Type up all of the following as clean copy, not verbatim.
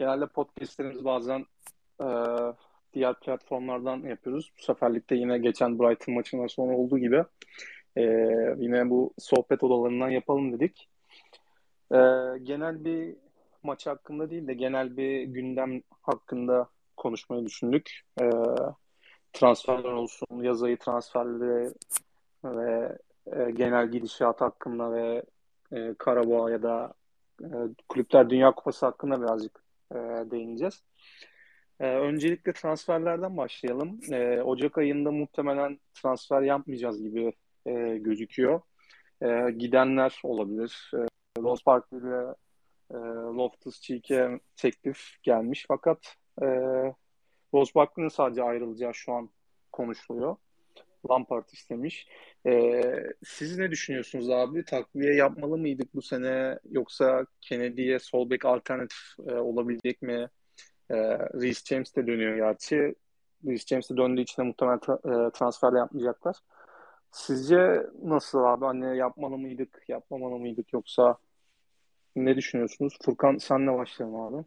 Genelde podcastlerimizi bazen e, diğer platformlardan yapıyoruz. Bu seferlik de yine geçen Brighton maçından sonra olduğu gibi e, yine bu sohbet odalarından yapalım dedik. E, Genel bir maç hakkında değil de genel bir gündem hakkında konuşmayı düşündük. Transferler olsun, yaz ayı transferleri ve genel gidişat hakkında ve Karabağ ya da e, Kulüpler Dünya Kupası hakkında birazcık değineceğiz. Öncelikle transferlerden başlayalım. Ocak ayında muhtemelen transfer yapmayacağız gibi gözüküyor. Gidenler olabilir. Ross Barkley ile Loftus-Cheek'e teklif gelmiş fakat Ross Barkley'nin sadece ayrılacağı şu an konuşuluyor. Lampard istemiş. Siz ne düşünüyorsunuz abi? Takviye yapmalı mıydık bu sene yoksa Kennedy'ye sol bek alternatif olabilecek mi? Reece James de dönüyor gerçi. Reece James de döndüğü için de muhtemelen transfer yapmayacaklar. Sizce nasıl abi? Hani yapmalı mıydık, yapmamalı mıydık yoksa ne düşünüyorsunuz? Furkan senle başlayalım abi.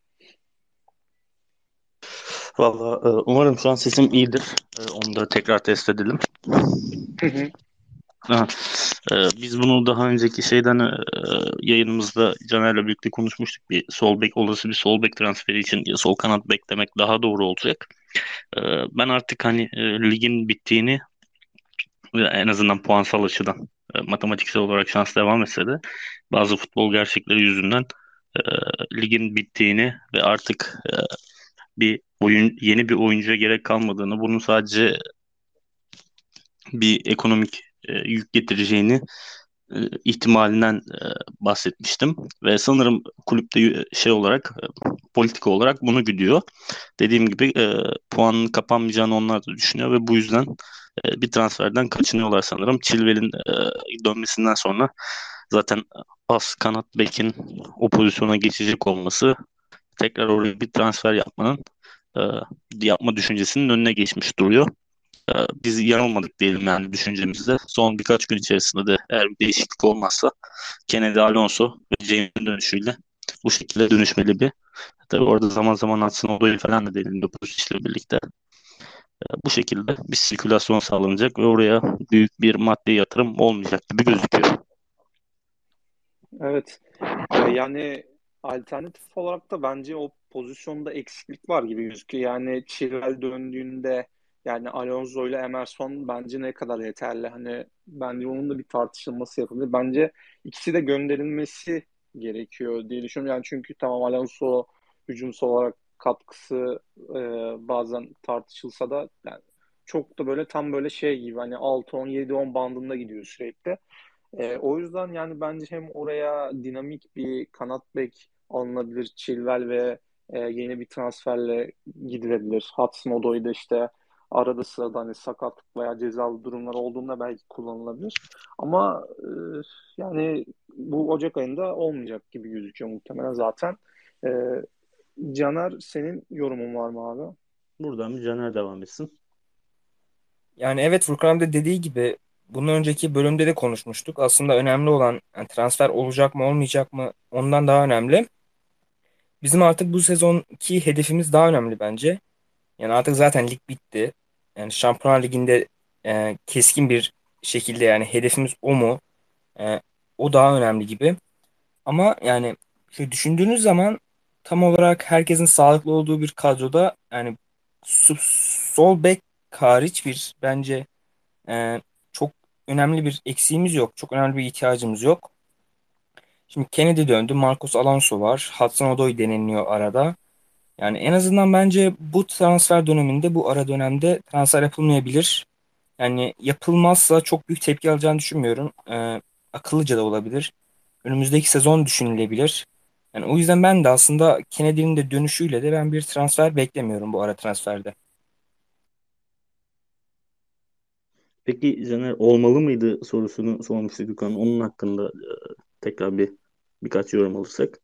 Valla umarım şu an sesim iyidir. Onu da tekrar test edelim. Hı hı. Ha, biz bunu daha önceki yayınımızda Caner'le birlikte konuşmuştuk. Olası bir sol bek transferi için ya sol kanat beklemek daha doğru olacak. E, Ben artık ligin bittiğini ve en azından puansal açıdan matematiksel olarak şans devam etse de bazı futbol gerçekleri yüzünden e, ligin bittiğini ve artık yeni bir oyuncuya gerek kalmadığını, bunun sadece bir ekonomik yük getireceğini ihtimalinden bahsetmiştim ve sanırım kulüpte politika olarak bunu güdüyor. Dediğim gibi puanın kapanmayacağını onlar da düşünüyor ve bu yüzden bir transferden kaçınıyorlar sanırım. Chilwell'in dönmesinden sonra zaten pas kanat bekin o pozisyona geçecek olması tekrar oraya bir transfer e, yapma düşüncesinin önüne geçmiş duruyor. Biz yanılmadık diyelim yani düşüncemizde. Son birkaç gün içerisinde de eğer bir değişiklik olmazsa Kennedy Alonso ve James'in dönüşüyle bu şekilde dönüşmeli bir. Tabii orada zaman zaman Hudson-Odoi falan da delindi bu işle birlikte. Bu şekilde bir sirkülasyon sağlanacak ve oraya büyük bir maddi yatırım olmayacak gibi gözüküyor. Evet. Yani alternatif olarak da bence o pozisyonda eksiklik var gibi gözüküyor. Yani Chilwell döndüğünde yani Alonso ile Emerson bence ne kadar yeterli. Hani bence onun da bir tartışılması yapılır. Bence ikisi de gönderilmesi gerekiyor diye düşünüyorum. Yani çünkü tamam Alonso hücumsal olarak katkısı bazen tartışılsa da yani çok da böyle tam böyle şey gibi hani 6-10 7-10 bandında gidiyor sürekli. O yüzden yani bence hem oraya dinamik bir kanat bek alınabilir. Chilwell ve yeni bir transferle gidilebilir. Hudson-Odoi da işte arada sırada hani sakatlık veya cezalı durumlar olduğunda belki kullanılabilir. Ama yani bu Ocak ayında olmayacak gibi gözüküyor muhtemelen zaten. E, Caner senin yorumun var mı abi? Buradan bir Caner devam etsin. Yani evet, Furkan abi de dediği gibi bunun önceki bölümde de konuşmuştuk. Aslında önemli olan yani transfer olacak mı olmayacak mı ondan daha önemli. Bizim artık bu sezonki hedefimiz daha önemli bence. Yani artık zaten lig bitti. Yani Şampiyonlar Ligi'nde keskin bir şekilde yani hedefimiz o mu? E, O daha önemli gibi. Ama yani şöyle düşündüğünüz zaman tam olarak herkesin sağlıklı olduğu bir kadroda yani sol bek hariç bir bence çok önemli bir eksiğimiz yok. Çok önemli bir ihtiyacımız yok. Şimdi Kennedy döndü. Marcos Alonso var. Hudson-Odoi deneniyor arada. Yani en azından bence bu transfer döneminde, bu ara dönemde transfer yapılmayabilir. Yani yapılmazsa çok büyük tepki alacağını düşünmüyorum. Akıllıca da olabilir. Önümüzdeki sezon düşünülebilir. Yani o yüzden ben de aslında Kennedy'nin de dönüşüyle de ben bir transfer beklemiyorum bu ara transferde. Peki Caner olmalı mıydı sorusunu sormuştuk Gökhan. Onun hakkında tekrar birkaç yorum alırsak.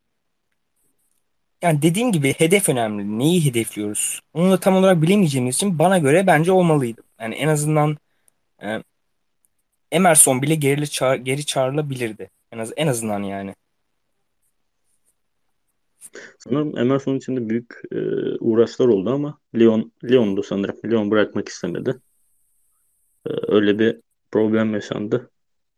Yani dediğim gibi hedef önemli. Neyi hedefliyoruz? Onu da tam olarak bilemeyeceğimiz için bana göre bence olmalıydı. Yani en azından e, Emerson bile geri çağrılabilirdi. En azından yani. Sanırım Emerson için de büyük uğraşlar oldu ama Lyon'du sanırım. Lyon bırakmak istemedi. Öyle bir problem yaşandı.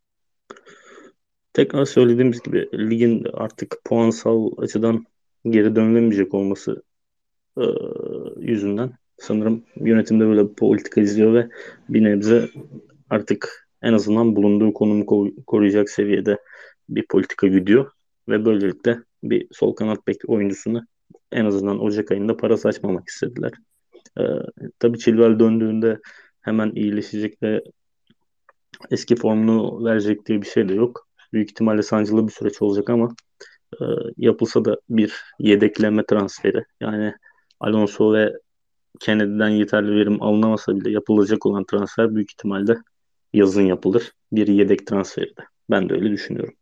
Tekrar söylediğimiz gibi ligin artık puansal açıdan geri dönülemeyecek olması e, yüzünden sanırım yönetimde böyle bir politika izliyor ve bir nebze artık en azından bulunduğu konumu koruyacak seviyede bir politika gidiyor ve böylelikle bir sol kanat bek oyuncusunu en azından Ocak ayında para saçmamak istediler. Ee, tabii Chilwell döndüğünde hemen iyileşecek ve eski formunu verecek diye bir şey de yok. Büyük ihtimalle sancılı bir süreç olacak ama e, yapılsa da bir yedekleme transferi yani Alonso ve Kennedy'den yeterli verim alınamasa bile yapılacak olan transfer büyük ihtimalle yazın yapılır. Bir yedek transferi de. Ben de öyle düşünüyorum.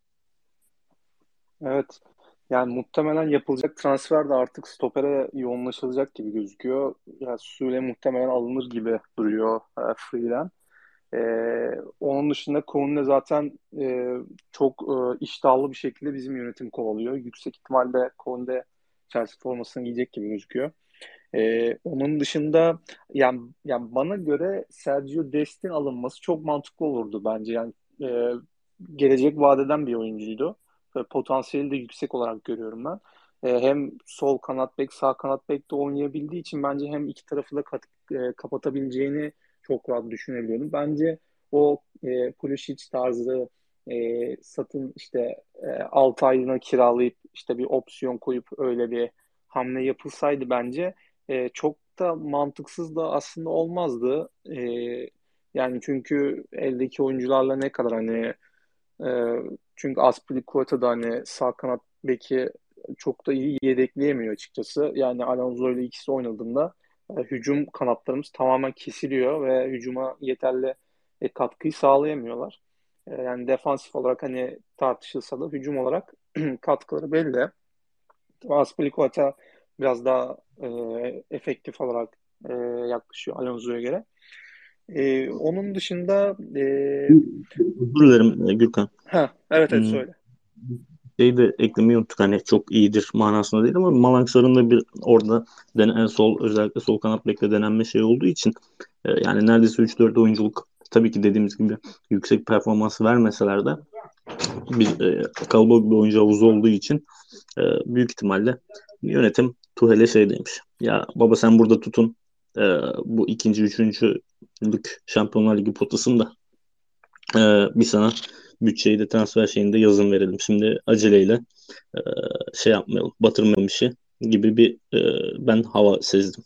Evet. Yani muhtemelen yapılacak transfer de artık stopere yoğunlaşılacak gibi gözüküyor. Yani Süle muhtemelen alınır gibi duruyor Free'den. Onun dışında Kounde zaten çok iştahlı bir şekilde bizim yönetim kovalıyor. Yüksek ihtimalle Kounde Chelsea formasını giyecek gibi gözüküyor. Onun dışında yani bana göre Sergio Dest'in alınması çok mantıklı olurdu bence. Yani e, gelecek vadeden bir oyuncuydu. Ve potansiyeli de yüksek olarak görüyorum ben. Hem sol kanat bek, sağ kanat bek de oynayabildiği için bence hem iki tarafı da kapatabileceğini çok rahat düşünebiliyorum. Bence o Pulisic tarzı satın işte 6 aylığına kiralayıp işte bir opsiyon koyup öyle bir hamle yapılsaydı bence çok da mantıksız da aslında olmazdı. Yani çünkü eldeki oyuncularla ne kadar hani çünkü Azpilicueta da hani sağ kanat beki çok da iyi yedekleyemiyor açıkçası. Yani Alonso ile ikisi oynadığında hücum kanatlarımız tamamen kesiliyor ve hücuma yeterli katkıyı sağlayamıyorlar. Yani defansif olarak hani tartışılsa da hücum olarak katkıları belli. Azpilicueta biraz daha efektif olarak yaklaşıyor Alonso'ya göre. Onun dışında Özür dilerim Gürkan. evet evet Hmm, söyle. Şeyi de eklemeyi unuttuk. Hani çok iyidir manasında değil ama Malangsar'ın da bir orada özellikle sol kanat bekle denenme şey olduğu için yani neredeyse 3-4 oyunculuk tabii ki dediğimiz gibi yüksek performans vermeseler de bir kalabalık bir oyuncu havuzu olduğu için büyük ihtimalle yönetim Tuhel'e şey demiş. Ya baba sen burada tutun e, bu ikinci, üçüncülük Şampiyonlar Ligi potasını da bir sana bütçeyi de transfer şeyinde yazın verelim. Şimdi aceleyle e, şey yapmayalım, batırmayalım işi gibi bir ben hava sezdim.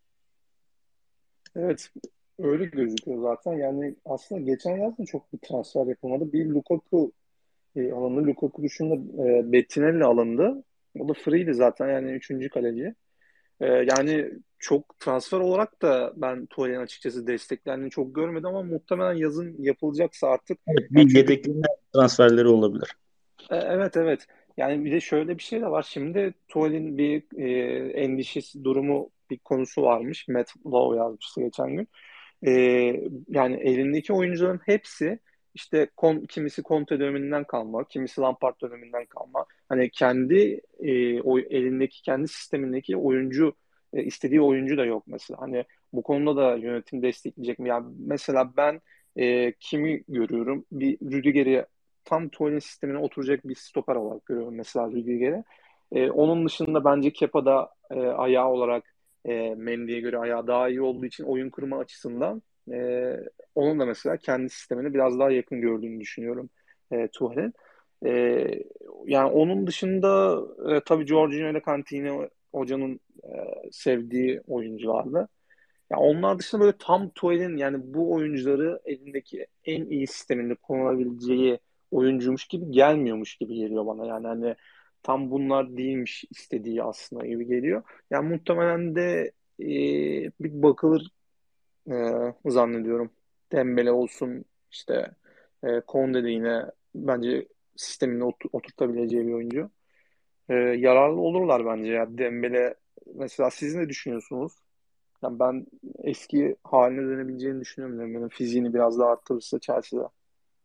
Evet, öyle gözüküyor zaten. Yani aslında geçen yaz da çok bir transfer yapılmadı. Bir Lukaku alındı. Lukaku dışında Bettinelli alındı. O da free'ydi zaten yani üçüncü kaleci. Yani çok transfer olarak da ben Tuval'in açıkçası desteklendiğini çok görmedim ama muhtemelen yazın yapılacaksa artık Evet, yani bir çünkü yedekleme transferleri olabilir. evet evet. Yani bir de şöyle bir şey de var. Şimdi Tuval'in bir endişesi durumu bir konusu varmış. Matt Law yazmıştı geçen gün. E, Yani elindeki oyuncuların hepsi işte kimisi Conte döneminden kalma, kimisi Lampard döneminden kalma. Hani kendi o elindeki kendi sistemindeki oyuncu istediği oyuncu da yok mesela. Hani bu konuda da yönetim destekleyecek mi? Yani mesela ben kimi görüyorum? Bir Rüdiger'i tam Tuval'in sistemine oturacak bir stoper olarak görüyorum mesela Rüdiger'i. Onun dışında bence Kepa da ayağı olarak Mendy'ye göre ayağı daha iyi olduğu için oyun kurma açısından e, onun da mesela kendi sistemine biraz daha yakın gördüğünü düşünüyorum Tuchel'in. E, Yani onun dışında tabii Jorginho ile Cantini hocanın sevdiği oyunculardı. Ya onlar dışında böyle tam Tuchel'in yani bu oyuncuları elindeki en iyi sisteminde kullanabileceği oyuncuymuş gibi gelmiyormuş gibi geliyor bana. Yani hani tam bunlar değilmiş istediği aslında gibi geliyor. Yani muhtemelen de bir bakılır zannediyorum. Dembele olsun işte Konde de yine bence sistemine oturtabileceği bir oyuncu. Yararlı olurlar bence ya. Dembele mesela siz ne düşünüyorsunuz? Yani ben eski haline dönebileceğini düşünüyorum. Dembele'nin fiziğini biraz daha arttırırsa Chelsea'de.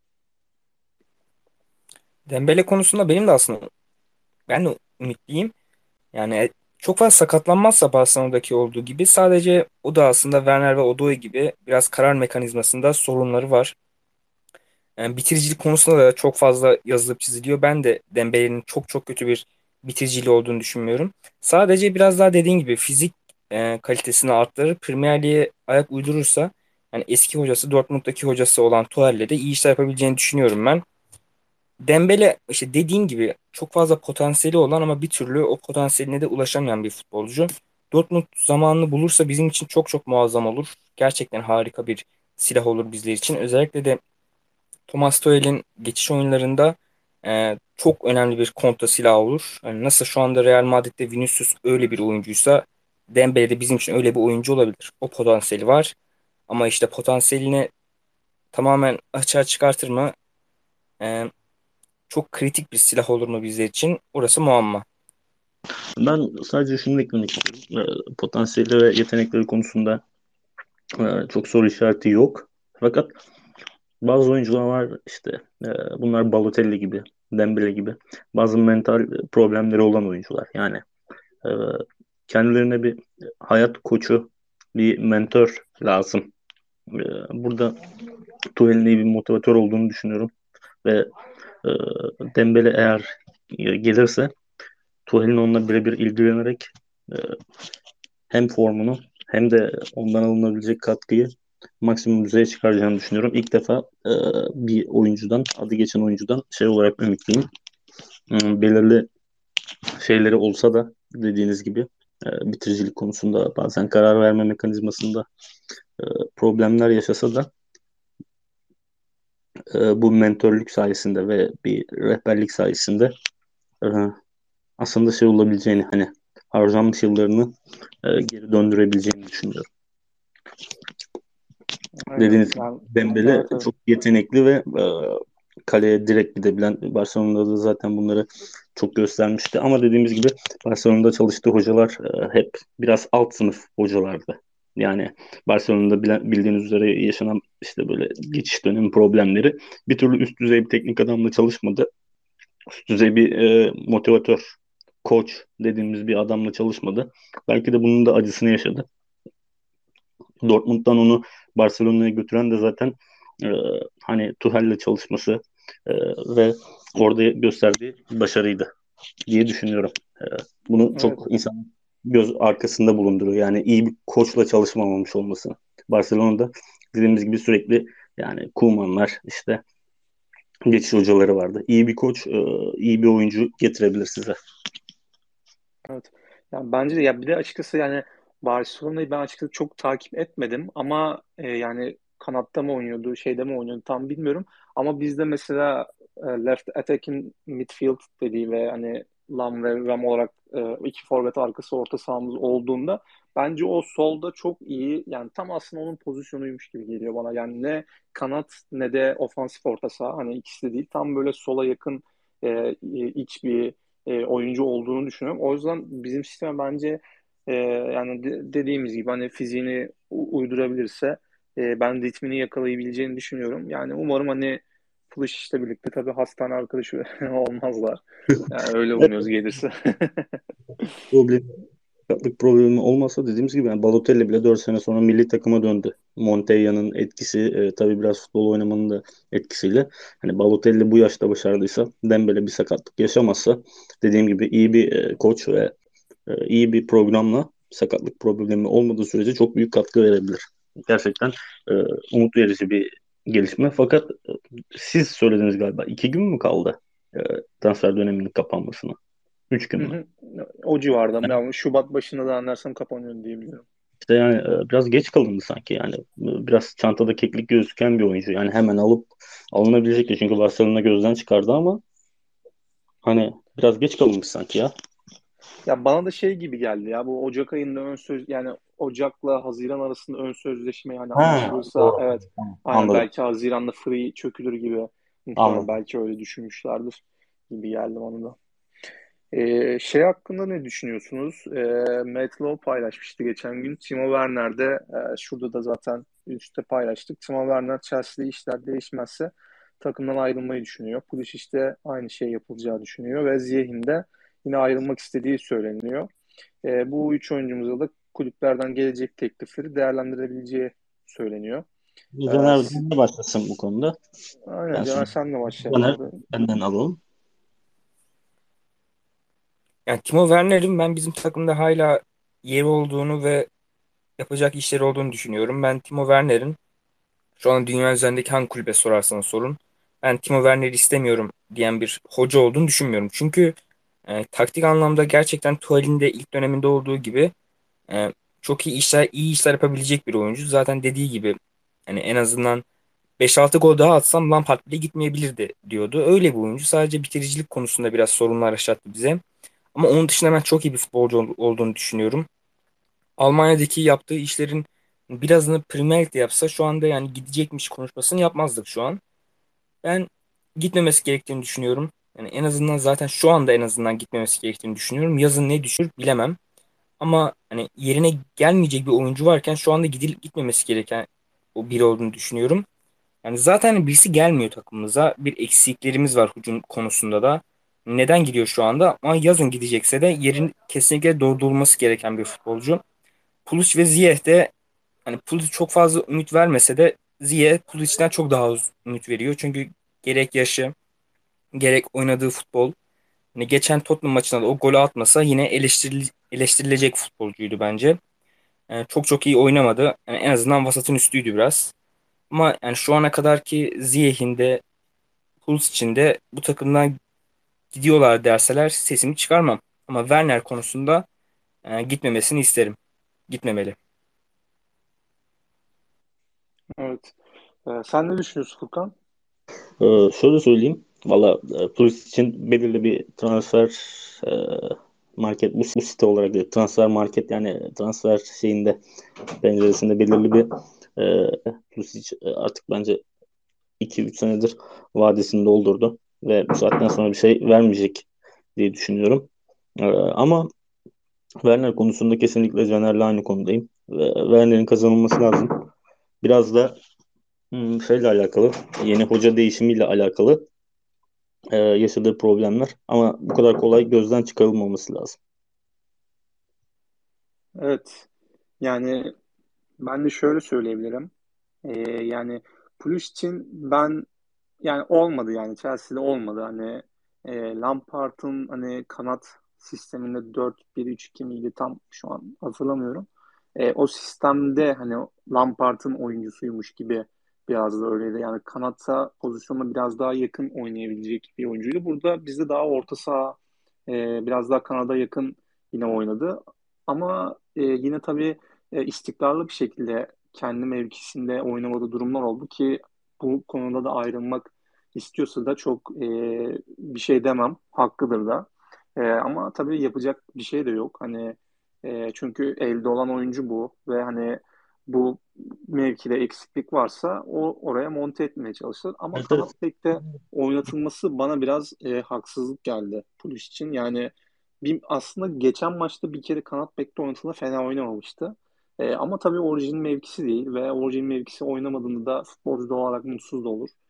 Dembele konusunda benim de aslında ben de ümitliyim. Yani çok fazla sakatlanmazsa Barcelona'daki olduğu gibi sadece o da aslında Werner ve Odoi gibi biraz karar mekanizmasında sorunları var. Yani bitiricilik konusunda da çok fazla yazılıp çiziliyor. Ben de Dembele'nin çok çok kötü bir bitiriciliği olduğunu düşünmüyorum. Sadece biraz daha dediğin gibi fizik kalitesini arttırır. Premier Lig'e ayak uydurursa yani eski hocası Dortmund'daki hocası olan Tuchel'le de iyi işler yapabileceğini düşünüyorum ben. Dembele işte dediğin gibi çok fazla potansiyeli olan ama bir türlü o potansiyeline de ulaşamayan bir futbolcu. Dortmund zamanını bulursa bizim için çok çok muazzam olur. Gerçekten harika bir silah olur bizler için. Özellikle de Thomas Tuchel'in geçiş oyunlarında çok önemli bir kontra silah olur. Yani nasıl şu anda Real Madrid'de Vinicius öyle bir oyuncuysa Dembele de bizim için öyle bir oyuncu olabilir. O potansiyeli var. Ama işte potansiyelini tamamen açığa çıkartır mı? E, Çok kritik bir silah olur mu bizler için? Orası muamma. Ben sadece şunu eklemek istiyorum. Potansiyeli ve yetenekleri konusunda çok soru işareti yok. Fakat bazı oyuncular var işte bunlar Balotelli gibi, Dembele gibi bazı mental problemleri olan oyuncular. Yani e, kendilerine bir hayat koçu, bir mentor lazım. Burada Tuchel'in iyi bir motivatör olduğunu düşünüyorum ve e, Dembele eğer gelirse Tuchel'in onunla birebir ilgilenerek e, hem formunu hem de ondan alınabilecek katkıyı maksimum düzeye çıkaracağını düşünüyorum. İlk defa bir oyuncudan, adı geçen oyuncudan şey olarak ümitliyim. Belirli şeyleri olsa da dediğiniz gibi bitiricilik konusunda bazen karar verme mekanizmasında e, problemler yaşasa da bu mentörlük sayesinde ve bir rehberlik sayesinde e, aslında şey olabileceğini hani harcanmış yıllarını geri döndürebileceğini düşünüyorum. Aynen. Dediğiniz gibi Yani Dembele evet, evet. çok yetenekli ve kaleye direkt gidebilen Barcelona'da da zaten bunları çok göstermişti. Ama dediğimiz gibi Barcelona'da çalıştığı hocalar hep biraz alt sınıf hocalardı. Yani Barcelona'da bildiğiniz üzere yaşanan işte böyle geçiş dönemi problemleri bir türlü üst düzey bir teknik adamla çalışmadı. Üst düzey bir motivatör, koç dediğimiz bir adamla çalışmadı. Belki de bunun da acısını yaşadı. Dortmund'dan onu Barcelona'ya götüren de zaten e, hani Tuchel'le çalışması e, ve orada gösterdiği başarıydı diye düşünüyorum. E, Bunu Evet. çok insan göz arkasında bulunduruyor. Yani iyi bir koçla çalışmamış olması. Barcelona'da dediğimiz gibi sürekli yani Koeman'lar işte geçiş hocaları vardı. İyi bir koç, iyi bir oyuncu getirebilir size. Evet. Yani bence de ya bir de açıkçası yani Barcelona'yı ben açıkçası çok takip etmedim ama yani kanatta mı oynuyordu, şeyde mi oynuyordu tam bilmiyorum. Ama bizde mesela left attacking midfield dediği ve hani Lam ve Ram olarak iki forvet arkası orta sahamız olduğunda bence o solda çok iyi yani tam aslında onun pozisyonuymuş gibi geliyor bana. Yani ne kanat ne de ofansif orta saha hani ikisi de değil tam böyle sola yakın iç bir oyuncu olduğunu düşünüyorum. O yüzden bizim sisteme bence yani dediğimiz gibi hani fiziğini uydurabilirse ben ritmini yakalayabileceğini düşünüyorum. Yani umarım hani Pulisic ile birlikte tabii hastane arkadaşı olmazlar. Yani öyle umuyoruz gelirse. Evet. Sakatlık problemi olmasa dediğimiz gibi yani Balotelli bile 4 sene sonra milli takıma döndü. Montella'nın etkisi tabii biraz futbol oynamanın da etkisiyle. Hani Balotelli bu yaşta başardıysa Dembele bir sakatlık yaşamazsa dediğim gibi iyi bir koç ve iyi bir programla sakatlık problemi olmadığı sürece çok büyük katkı verebilir. Gerçekten e, umut verici bir gelişme. Fakat siz söylediniz galiba 2 gün mü kaldı e, transfer döneminin kapanmasına? 3 gün Hı mü? hı. O civarda. Yani Şubat başında da anlarsam kapanıyor diye biliyorum. İşte yani biraz geç kalındı sanki yani. Biraz çantada keklik gözüken bir oyuncu. Yani hemen alıp alınabilecekti çünkü Barcelona gözden çıkardı ama hani biraz geç kalınmış sanki ya. Ya bana da şey gibi geldi ya bu Ocak ayında ön söz yani Ocak'la Haziran arasında ön sözleşme yani Ha, anlaşılırsa doğru. evet Tamam. aynen Anladım. belki Haziran'da free çökülür gibi muhtemelen Anladım. belki öyle düşünmüşlerdir gibi geldi bana da. Şey hakkında ne düşünüyorsunuz? Matt Lowe paylaşmıştı geçen gün. Timo Werner de şurada da zaten üstte paylaştık. Timo Werner Chelsea'de işler değişmezse takımdan ayrılmayı düşünüyor. Pulisic de aynı şey yapılacağı düşünüyor ve Ziyech'in de yine ayrılmak istediği söyleniyor. Bu üç oyuncumuza da kulüplerden gelecek teklifleri değerlendirebileceği söyleniyor. Ee, Caner si- ne başlasın bu konuda? aynen Ben Caner, sonra senle başlayalım Caner abi. benden alalım. Yani Timo Werner'in ben bizim takımda hala yeri olduğunu ve yapacak işleri olduğunu düşünüyorum. Ben Timo Werner'in şu an dünya üzerindeki hangi kulübe sorarsanız sorun, ben Timo Werner'i istemiyorum diyen bir hoca olduğunu düşünmüyorum. Çünkü taktik anlamda gerçekten Tuchel'in de ilk döneminde olduğu gibi çok iyi işler yapabilecek bir oyuncu. Zaten dediği gibi yani en azından 5-6 gol daha atsam Lampard bile gitmeyebilirdi diyordu. Öyle bir oyuncu. Sadece bitiricilik konusunda biraz sorunlar yaşattı bize. Ama onun dışında ben çok iyi bir futbolcu olduğunu düşünüyorum. Almanya'daki yaptığı işlerin birazını Premier Lig'de yapsa şu anda yani gidecekmiş konuşmasını yapmazdık şu an. Ben gitmemesi gerektiğini düşünüyorum. Yani en azından zaten şu anda en azından gitmemesi gerektiğini düşünüyorum. Yazın ne düşür bilemem. Ama hani yerine gelmeyecek bir oyuncu varken şu anda gitmemesi gereken o biri olduğunu düşünüyorum. Yani zaten birisi gelmiyor takımımıza. Bir eksiklerimiz var hücum konusunda da. Neden gidiyor şu anda? Ama yazın gidecekse de yerin kesinlikle doldurulması gereken bir futbolcu. Pulisic ve Ziyech de hani Pulisic çok fazla ümit vermese de Ziyech Pulisic'den çok daha az ümit veriyor. Çünkü gerek yaşı, gerek oynadığı futbol. Hani geçen Tottenham maçında da o golü atmasa yine eleştirilecek futbolcuydu bence. Yani çok çok iyi oynamadı. Yani en azından vasatın üstüydü biraz. Ama yani şu ana kadarki Ziyech'in de Pulisic'in de bu takımdan gidiyorlar derseler sesimi çıkarmam. Ama Werner konusunda gitmemesini isterim. Gitmemeli. Evet. Sen ne düşünüyorsun Furkan? Şöyle söyleyeyim. Valla Pulisic için belirli bir transfer e, market bu site olarak değil, transfer market yani transfer şeyinde penceresinde belirli bir Pulisic artık bence 2-3 senedir vadesini doldurdu ve bu saatten sonra bir şey vermeyecek diye düşünüyorum. Ama Werner konusunda kesinlikle Caner'le aynı konudayım. Werner'in kazanılması lazım. Biraz da şeyle alakalı, yeni hoca değişimiyle alakalı yaşadığı problemler. Ama bu kadar kolay gözden çıkarılmaması lazım. Evet. Yani ben de şöyle söyleyebilirim. Yani Pulisic'in ben yani olmadı, yani Chelsea'de olmadı. Hani Lampard'ın hani kanat sisteminde 4-1-3-2 miydi, tam şu an hatırlamıyorum. O sistemde hani Lampard'ın oyuncusuymuş gibi biraz da öyleydi. Yani kanata pozisyonuna biraz daha yakın oynayabilecek bir oyuncuydu. Burada bizde daha orta saha, biraz daha kanada yakın yine oynadı. Ama yine tabii istikrarlı bir şekilde kendi mevkisinde oynamadığı durumlar oldu ki bu konuda da ayrılmak istiyorsa da çok bir şey demem. Hakkıdır da. Ama tabii yapacak bir şey de yok. Hani çünkü elde olan oyuncu bu ve hani bu mevkide eksiklik varsa o oraya monte etmeye çalışır. Ama Evet, evet. kanat bekte oynatılması bana biraz haksızlık geldi Pulic için. Yani aslında geçen maçta bir kere kanat bekte oynatıldığında fena oynamamıştı. Ama tabii orijin mevkisi değil ve orijin mevkisi oynamadığında da futbolcu doğal olarak mutsuz da olur.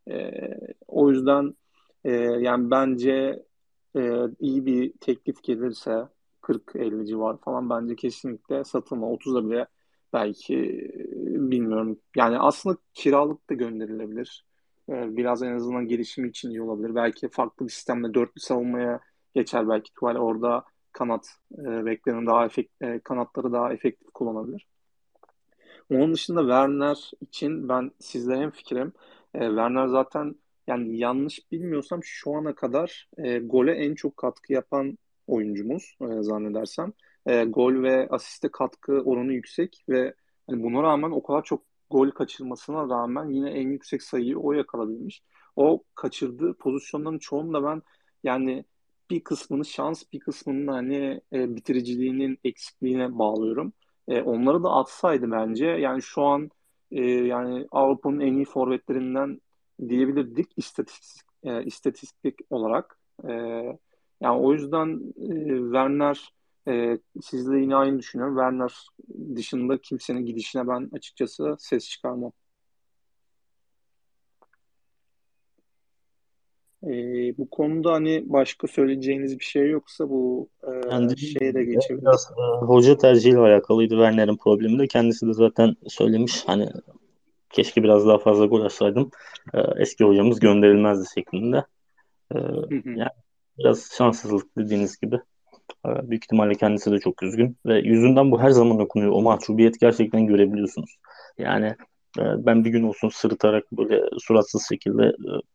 O yüzden yani bence iyi bir teklif gelirse 40-50 civar falan, bence kesinlikle satılma. 30'a bile belki, bilmiyorum. Yani aslında kiralık da gönderilebilir. Biraz en azından gelişimi için iyi olabilir. Belki farklı bir sistemle dörtlü savunmaya geçer belki Tuval, orada kanat beklerin daha kanatları daha efektif kullanabilir. Onun dışında Werner için ben sizle hemfikirim. Werner zaten, yani yanlış bilmiyorsam şu ana kadar gole en çok katkı yapan oyuncumuz, zannedersem. Gol ve asiste katkı oranı yüksek ve hani buna rağmen, o kadar çok gol kaçırmasına rağmen yine en yüksek sayıyı o yakalabilmiş. O kaçırdığı pozisyonların çoğunu da ben, yani bir kısmını şans, bir kısmını da hani bitiriciliğinin eksikliğine bağlıyorum. Onları da atsaydı bence, yani şu an yani Avrupa'nın en iyi forvetlerinden diyebilirdik istatistik olarak. Yani o yüzden Werner, sizle yine aynı düşünüyorum. Werner dışında kimsenin gidişine ben açıkçası ses çıkarmam. Bu konuda hani başka söyleyeceğiniz bir şey yoksa bu Yani dediğim şeye de gibi geçebiliriz. biraz hoca tercihiyle alakalıydı Werner'in problemi de. Kendisi de zaten söylemiş hani keşke biraz daha fazla gol atsaydım. Eski hocamız gönderilmezdi şeklinde. E, Hı hı. Yani biraz şanssızlık dediğiniz gibi. Büyük ihtimalle kendisi de çok üzgün ve yüzünden bu her zaman okunuyor. O mahcubiyet gerçekten görebiliyorsunuz. Yani ben bir gün olsun sırıtarak böyle suratsız şekilde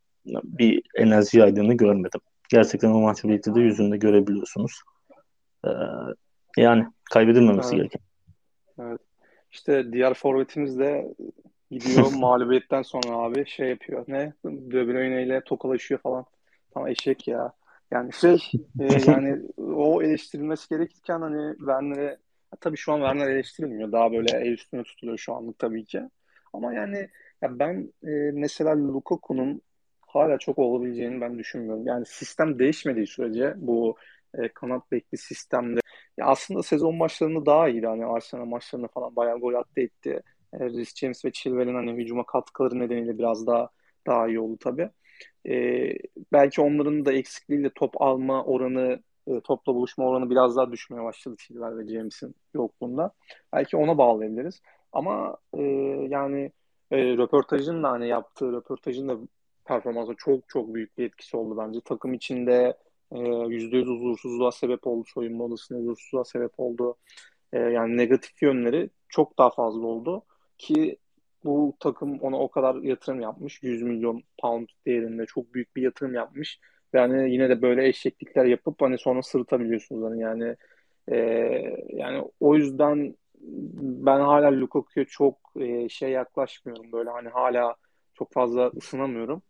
bir enerji yaydığını görmedim. Gerçekten o mahcubiyeti de yüzünde görebiliyorsunuz. E, Yani kaybedilmemesi Evet, gereken. evet. İşte diğer forvetimiz de gidiyor mağlubiyetten sonra abi şey yapıyor. Ne? De Bruyne ile tokalaşıyor falan. Tam eşek ya. Yani yani o eleştirilmesi gerekirken hani Werner'e tabii şu an Werner eleştirilmiyor. Daha böyle el üstüne tutuluyor şu anlık tabii ki. Ama yani ya ben mesela Lukaku'nun hala çok olabileceğini ben düşünmüyorum. Yani sistem değişmediği sürece bu kanat bekli sistemde ya aslında sezon başlarında daha iyiydi. Hani Arsenal maçlarında falan bayağı gol attı etti. Reece James ve Chilwell'in hani hücuma katkıları nedeniyle biraz daha iyi oldu tabii. Ee, Belki onların da eksikliğiyle top alma oranı, topla buluşma oranı biraz daha düşmeye başladı Chilwell ve James'in yokluğunda. Belki ona bağlayabiliriz. Ama yani röportajın da hani yaptığı röportajın da performansa çok çok büyük bir etkisi oldu bence. Takım içinde %100 huzursuzluğa sebep oldu. Soyunma odasında huzursuzluğa sebep oldu. Yani negatif yönleri çok daha fazla oldu ki bu takım ona o kadar yatırım yapmış. 100 milyon pound değerinde çok büyük bir yatırım yapmış. Yani yine de böyle eşeklikler yapıp hani sonra sırıtabiliyorsunuz hani e, yani o yüzden ben hala Lukaku'ya çok şey yaklaşmıyorum. Böyle hani hala çok fazla ısınamıyorum.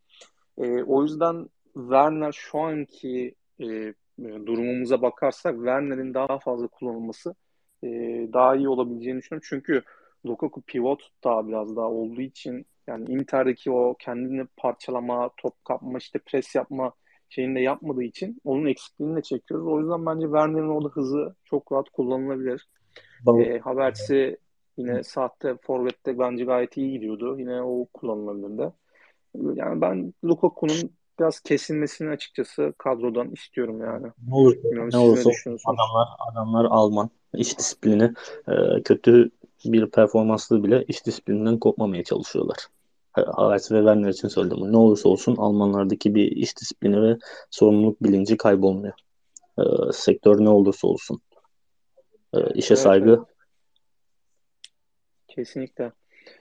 O yüzden Werner şu anki durumumuza bakarsak Werner'in daha fazla kullanılması e, daha iyi olabileceğini düşünüyorum. Çünkü Lukaku pivot daha biraz daha olduğu için yani Inter'deki o kendini parçalama, top kapma, işte pres yapma şeyini de yapmadığı için onun eksikliğini de çekiyoruz. O yüzden bence Werner'in orada hızı çok rahat kullanılabilir. Havertz'i yine sahte forvette bence gayet iyi gidiyordu. Yine o kullanılabilirdi. Yani ben Lukaku'nun biraz kesilmesini açıkçası kadrodan istiyorum yani. Ne olursa, Bilmiyorum ne siz ne olursa olsun düşünüyorsunuz? adamlar Alman. İş disiplini kötü bir performanslı bile iş disiplininden kopmamaya çalışıyorlar. Havertz ve Werner için söyledim. Ne olursa olsun Almanlardaki bir iş disiplini ve sorumluluk bilinci kaybolmuyor. Sektör ne olursa olsun. İşe Evet, evet, saygı. kesinlikle.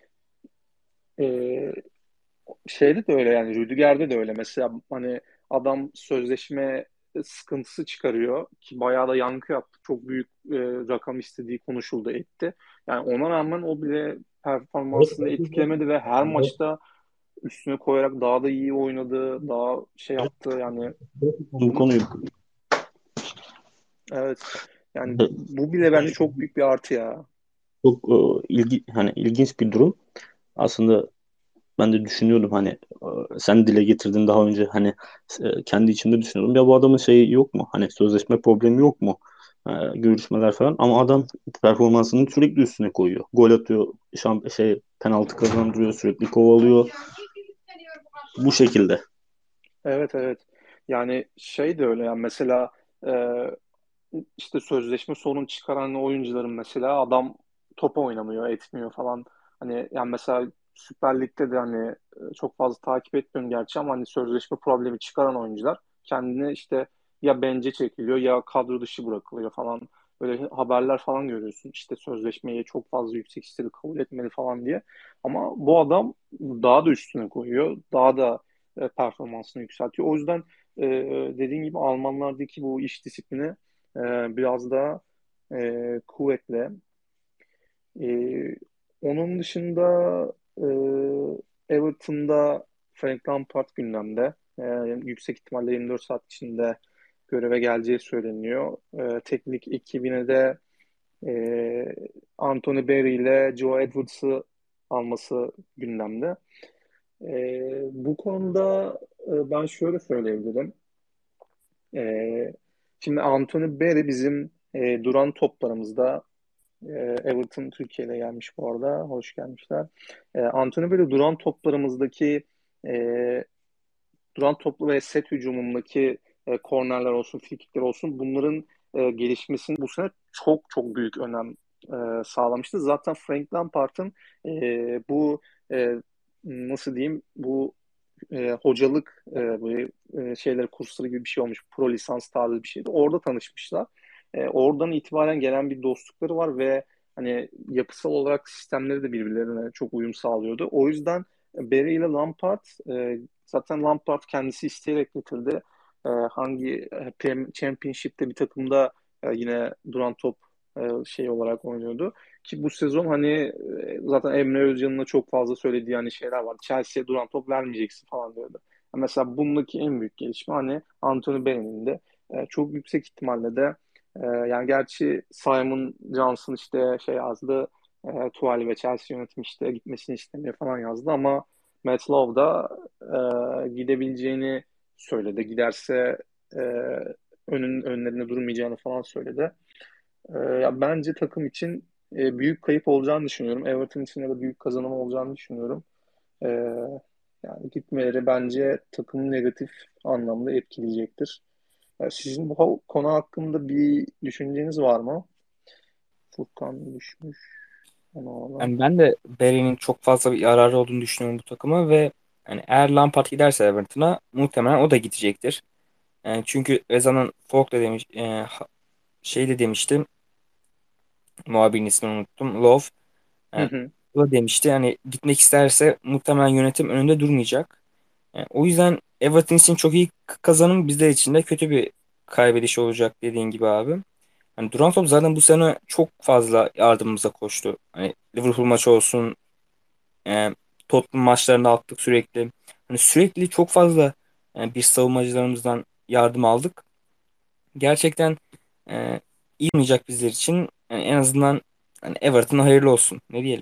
Ee, Şeyde de öyle yani Rüdiger'de de öyle. Mesela hani adam sözleşme sıkıntısı çıkarıyor ki bayağı da yankı yaptı. Çok büyük rakam istediği konuşuldu etti. Yani ona rağmen o bile performansını etkilemedi ve her maçta üstüne koyarak daha da iyi oynadı, daha şey yaptı yani. Bu konuyu Evet. Yani bu bile bence çok büyük bir artı ya. çok hani ilginç bir durum. Aslında ben de düşünüyordum hani sen dile getirdin daha önce hani kendi içimde düşünüyordum. Ya bu adamın şeyi yok mu? Hani sözleşme problemi yok mu? Görüşmeler falan ama adam performansını sürekli üstüne koyuyor. Gol atıyor, penaltı kazandırıyor, sürekli kovalıyor. Bu şekilde. Evet, evet. Yani şey de öyle yani mesela e, işte sözleşme sorun çıkaran oyuncuların mesela adam top oynamıyor, etmiyor falan. Hani yani mesela Süper Lig'de de hani çok fazla takip etmiyorum gerçi ama hani sözleşme problemi çıkaran oyuncular kendini işte ya bence çekiliyor ya kadro dışı bırakılıyor falan. Böyle haberler falan görüyorsun. İşte sözleşmeyi çok fazla yüksek istedi kabul etmedi falan diye. Ama bu adam daha da üstüne koyuyor. Daha da performansını yükseltiyor. O yüzden e, dediğin gibi Almanlardaki bu iş disiplini biraz daha kuvvetli. E, Onun dışında e, Everton'da Frank Lampard gündemde. Yüksek ihtimalle 24 saat içinde göreve geleceği söyleniyor. Teknik ekibine de e, Anthony Barry ile Joe Edwards'ı alması gündemde. Bu konuda ben şöyle söyleyebilirim. E, Şimdi Anthony Barry bizim duran toplarımızda Everton Türkiye'de gelmiş bu arada. Hoş gelmişler. Anthony Barry duran toplarımızdaki e, duran toplu ve set hücumundaki kornerler olsun, frikikler olsun bunların gelişmesini bu sene çok çok büyük önem sağlamıştı. Zaten Frank Lampard'ın bu e, nasıl diyeyim bu hocalık böyle şeyler kursları gibi bir şey olmuş. Pro lisans tarzı bir şeydi. Orada tanışmışlar. Oradan itibaren gelen bir dostlukları var ve hani yapısal olarak sistemleri de birbirlerine çok uyum sağlıyordu. O yüzden Barry ile Lampard zaten Lampard kendisi isteyerek getirdi. Hangi Championship'te bir takımda yine duran top şey olarak oynuyordu. Ki bu sezon hani zaten Emre Özcan'ın da çok fazla söylediği hani şeyler var. Chelsea'ye duran top vermeyeceksin falan diyordu. Mesela bundaki en büyük gelişme hani Anthony Barry'nin de çok yüksek ihtimalle de yani gerçi Simon Johnson işte şey yazdı Tuval ve Chelsea yönetimi işte gitmesini istemiyor falan yazdı ama Matt Love da gidebileceğini söyledi. Giderse e, önlerinde durmayacağını falan söyledi. Ya bence takım için büyük kayıp olacağını düşünüyorum. Everton için de büyük kazanım olacağını düşünüyorum. E, Yani gitmeleri bence takımı negatif anlamda etkileyecektir. Sizin bu konu hakkında bir düşünceniz var mı? Furkan düşmüş. Onu alalım. Yani ben de Barry'nin çok fazla bir yararı olduğunu düşünüyorum bu takıma ve yani eğer Lampard giderse Everton'a muhtemelen o da gidecektir. Yani çünkü Reza'nın Falk da demiş, şey de demişti, muhabirin ismini unuttum, Love. Hı Yani, hı. o da demişti yani gitmek isterse muhtemelen yönetim önünde durmayacak. Yani o yüzden Everton için çok iyi kazanım, bizler için de kötü bir kaybediş olacak dediğin gibi abi. Hani Duran top zaten bu sene çok fazla yardımımıza koştu. Hani Liverpool maçı olsun, e, Tottenham maçlarında attık sürekli. Hani sürekli çok fazla bir savunmacılarımızdan yardım aldık. Gerçekten iyi olmayacak bizler için. Yani en azından hani Everton'a hayırlı olsun. Ne diyelim?